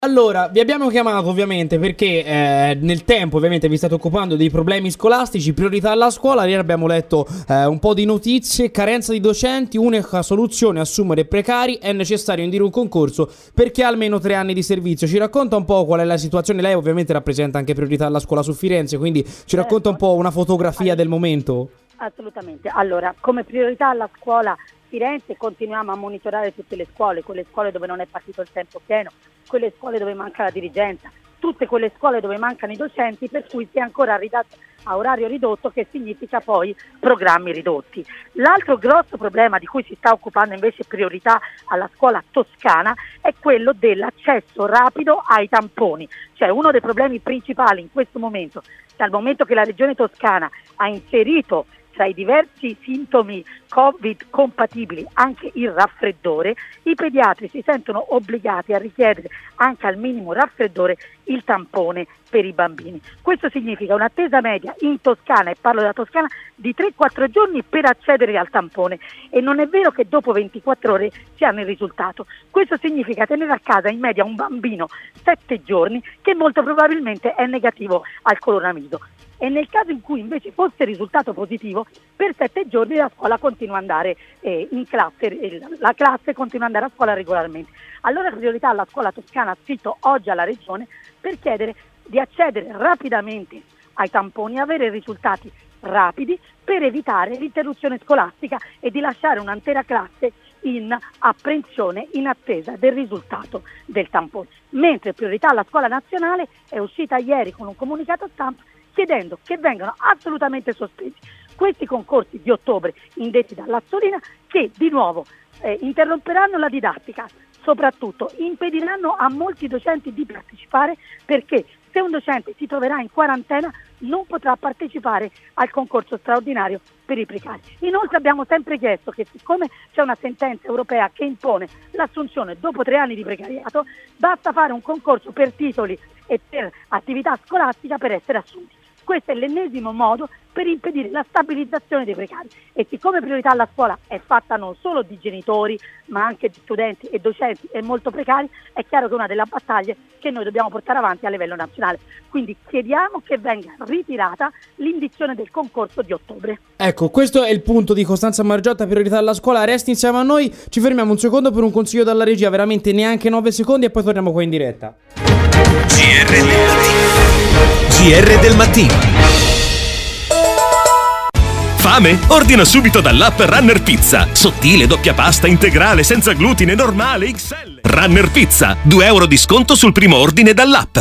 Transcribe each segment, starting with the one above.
Allora, vi abbiamo chiamato ovviamente perché nel tempo ovviamente vi state occupando dei problemi scolastici, priorità alla scuola. Ieri abbiamo letto un po' di notizie, carenza di docenti, unica soluzione assumere precari, è necessario indire un concorso per chi ha almeno 3 anni di servizio. Ci racconta un po' qual è la situazione, lei ovviamente rappresenta anche priorità alla scuola su Firenze, quindi ci racconta un Certo. po' una fotografia del momento? Assolutamente. Allora, come priorità alla scuola Firenze continuiamo a monitorare tutte le scuole, quelle scuole dove non è partito il tempo pieno, quelle scuole dove manca la dirigenza, tutte quelle scuole dove mancano i docenti, per cui si è ancora a orario ridotto, che significa poi programmi ridotti. L'altro grosso problema di cui si sta occupando invece priorità alla scuola toscana è quello dell'accesso rapido ai tamponi, cioè uno dei problemi principali in questo momento, dal momento che la regione toscana ha inserito tra i diversi sintomi Covid compatibili anche il raffreddore, i pediatri si sentono obbligati a richiedere anche al minimo raffreddore il tampone per i bambini. Questo significa un'attesa media in Toscana, e parlo della Toscana, di 3-4 giorni per accedere al tampone, e non è vero che dopo 24 ore si hanno il risultato. Questo significa tenere a casa in media un bambino 7 giorni che molto probabilmente è negativo al coronavirus. E nel caso in cui invece fosse risultato positivo, per 7 giorni la scuola continua ad andare in classe, la classe continua ad andare a scuola regolarmente. Allora priorità alla scuola toscana ha scritto oggi alla regione per chiedere di accedere rapidamente ai tamponi, avere risultati rapidi per evitare l'interruzione scolastica e di lasciare un'intera classe in apprensione in attesa del risultato del tampone. Mentre priorità alla scuola nazionale è uscita ieri con un comunicato stampa chiedendo che vengano assolutamente sospesi questi concorsi di ottobre indetti dall'Azzolina, che di nuovo interromperanno la didattica, soprattutto impediranno a molti docenti di partecipare, perché se un docente si troverà in quarantena non potrà partecipare al concorso straordinario per i precari. Inoltre abbiamo sempre chiesto che, siccome c'è una sentenza europea che impone l'assunzione dopo 3 anni di precariato, basta fare un concorso per titoli e per attività scolastica per essere assunti. Questo è l'ennesimo modo per impedire la stabilizzazione dei precari, e siccome priorità alla scuola è fatta non solo di genitori ma anche di studenti e docenti e molto precari, è chiaro che è una delle battaglie che noi dobbiamo portare avanti a livello nazionale. Quindi chiediamo che venga ritirata l'indizione del concorso di ottobre. Ecco, questo è il punto di Costanza Margiotta, priorità alla scuola. Resti insieme a noi, ci fermiamo un secondo per un consiglio dalla regia, veramente neanche 9 secondi, e poi torniamo qua in diretta. GR del mattino. Fame? Ordina subito dall'app Runner Pizza. Sottile, doppia pasta, integrale, senza glutine, normale, XL. Runner Pizza, €2 di sconto sul primo ordine dall'app.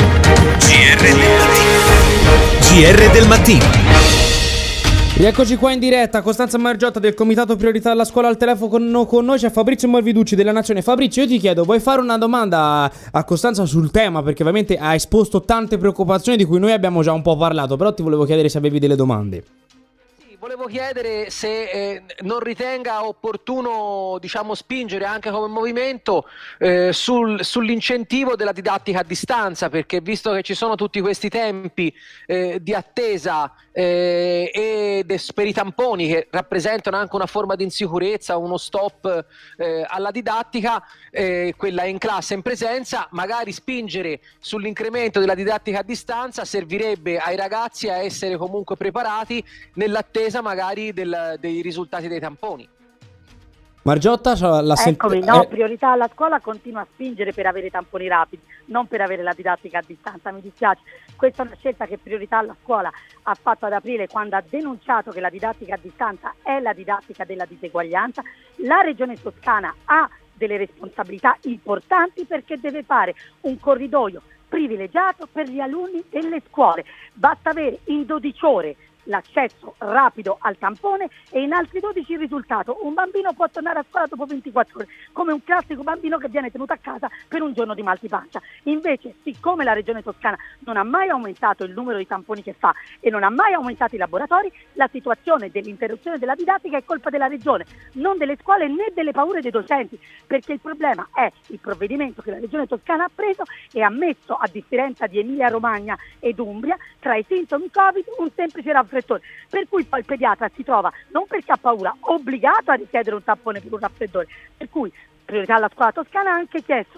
GR del mattino. Rieccoci qua in diretta, Costanza Margiotta del Comitato Priorità alla Scuola al telefono con noi, c'è Fabrizio Malviducci della Nazione. Fabrizio, io ti chiedo, vuoi fare una domanda a Costanza sul tema? Perché ovviamente ha esposto tante preoccupazioni di cui noi abbiamo già un po' parlato, però ti volevo chiedere se avevi delle domande. Volevo chiedere se non ritenga opportuno, diciamo, spingere anche come movimento sull'incentivo della didattica a distanza, perché visto che ci sono tutti questi tempi di attesa per i tamponi, che rappresentano anche una forma di insicurezza, uno stop alla didattica, quella in classe in presenza, magari spingere sull'incremento della didattica a distanza servirebbe ai ragazzi a essere comunque preparati nell'attesa magari dei risultati dei tamponi. Margiotta, eccomi, no, priorità alla scuola continua a spingere per avere tamponi rapidi, non per avere la didattica a distanza, mi dispiace. Questa è una scelta che priorità alla scuola ha fatto ad aprile, quando ha denunciato che la didattica a distanza è la didattica della diseguaglianza. La regione toscana ha delle responsabilità importanti, perché deve fare un corridoio privilegiato per gli alunni delle scuole. Basta avere in 12 ore l'accesso rapido al tampone e in altri 12 il risultato. Un bambino può tornare a scuola dopo 24 ore, come un classico bambino che viene tenuto a casa per un giorno di mal di pancia. Invece, siccome la regione toscana non ha mai aumentato il numero di tamponi che fa e non ha mai aumentato i laboratori, la situazione dell'interruzione della didattica è colpa della regione, non delle scuole né delle paure dei docenti, perché il problema è il provvedimento che la regione toscana ha preso e ha messo, a differenza di Emilia Romagna ed Umbria, tra i sintomi Covid un semplice raffreddore, per cui poi il pediatra si trova, non perché ha paura, obbligato a richiedere un tampone per un raffreddore. Per cui priorità alla scuola toscana ha anche chiesto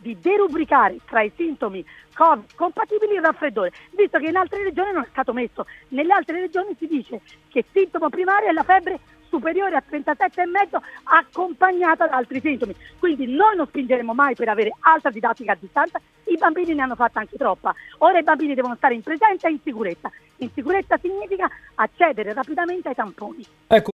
di derubricare tra i sintomi Covid compatibili il raffreddore, visto che in altre regioni non è stato messo. Nelle altre regioni si dice che sintomo primario è la febbre superiore a 37,5 accompagnata da altri sintomi. Quindi noi non spingeremo mai per avere alta didattica a distanza, i bambini ne hanno fatta anche troppa. Ora i bambini devono stare in presenza e in sicurezza. In sicurezza significa accedere rapidamente ai tamponi. Ecco.